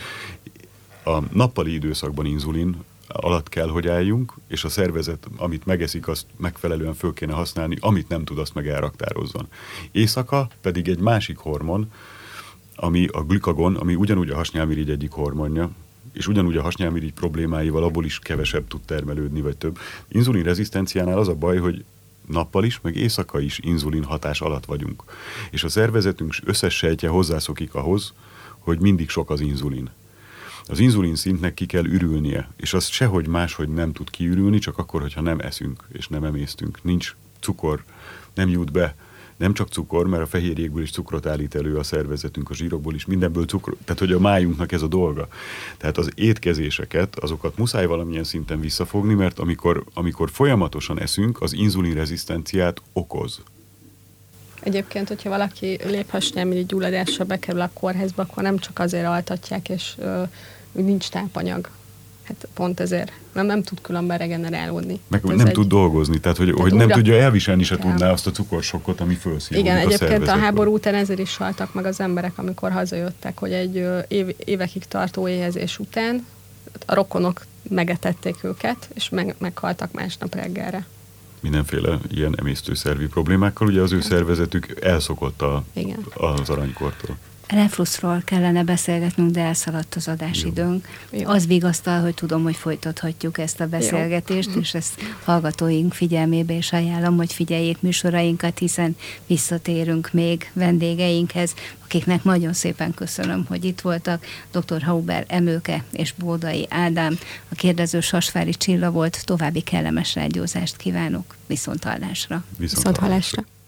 C: a nappali időszakban inzulin alatt kell, hogy álljunk, és a szervezet, amit megeszik, azt megfelelően föl kéne használni, amit nem tud, azt meg elraktározzon. Éjszaka pedig egy másik hormon, ami a glikagon, ami ugyanúgy a hasnyálmirigy egyik hormonja, és ugyanúgy a hasnyálmirigy problémáival abból is kevesebb tud termelődni, vagy több. Inzulin rezisztenciánál az a baj, hogy nappal is, meg éjszaka is inzulin hatás alatt vagyunk. És a szervezetünk összes sejtje hozzászokik ahhoz, hogy mindig sok az inzulin. Az inzulin szintnek ki kell ürülnie, és az sehogy máshogy nem tud kiürülni, csak akkor, hogyha nem eszünk, és nem emésztünk. Nincs cukor, nem jut be, nem csak cukor, mert a fehérjékből is cukrot állít elő a szervezetünk, a zsírokból is, mindenből cukor, tehát hogy a májunknak ez a dolga. Tehát az étkezéseket, azokat muszáj valamilyen szinten visszafogni, mert amikor folyamatosan eszünk, az inzulin rezisztenciát okoz.
B: Egyébként, hogyha valaki léphasnyálmirigy gyulladással bekerül a kórházba, akkor nem csak azért altatják, és nincs tápanyag. Hát pont ezért. Nem tud különben regenerálódni.
C: Meg nem tud dolgozni, tehát hogy nem tudja elviselni, se tudná azt a cukorsokkot, ami felszívódik a
B: szervezetből. Igen, egyébként a háború után ezért is haltak meg az emberek, amikor hazajöttek, hogy egy évekig tartó éhezés után a rokonok megetették őket, és meghaltak másnap reggelre.
C: Mindenféle ilyen emésztőszervi problémákkal, ugye az ő szervezetük elszokott az aranykortól.
A: Refluxról kellene beszélgetnünk, de elszaladt az adásidőnk. Az vigasztal, hogy tudom, hogy folytathatjuk ezt a beszélgetést, és ezt hallgatóink figyelmébe is ajánlom, hogy figyeljék műsorainkat, hiszen visszatérünk még vendégeinkhez, akiknek nagyon szépen köszönöm, hogy itt voltak. Dr. Hauber Emőke és Bódai Ádám. A kérdező Sasvári Csilla volt. További kellemes rádiózást kívánok. Viszonthallásra.
B: Viszonthallásra.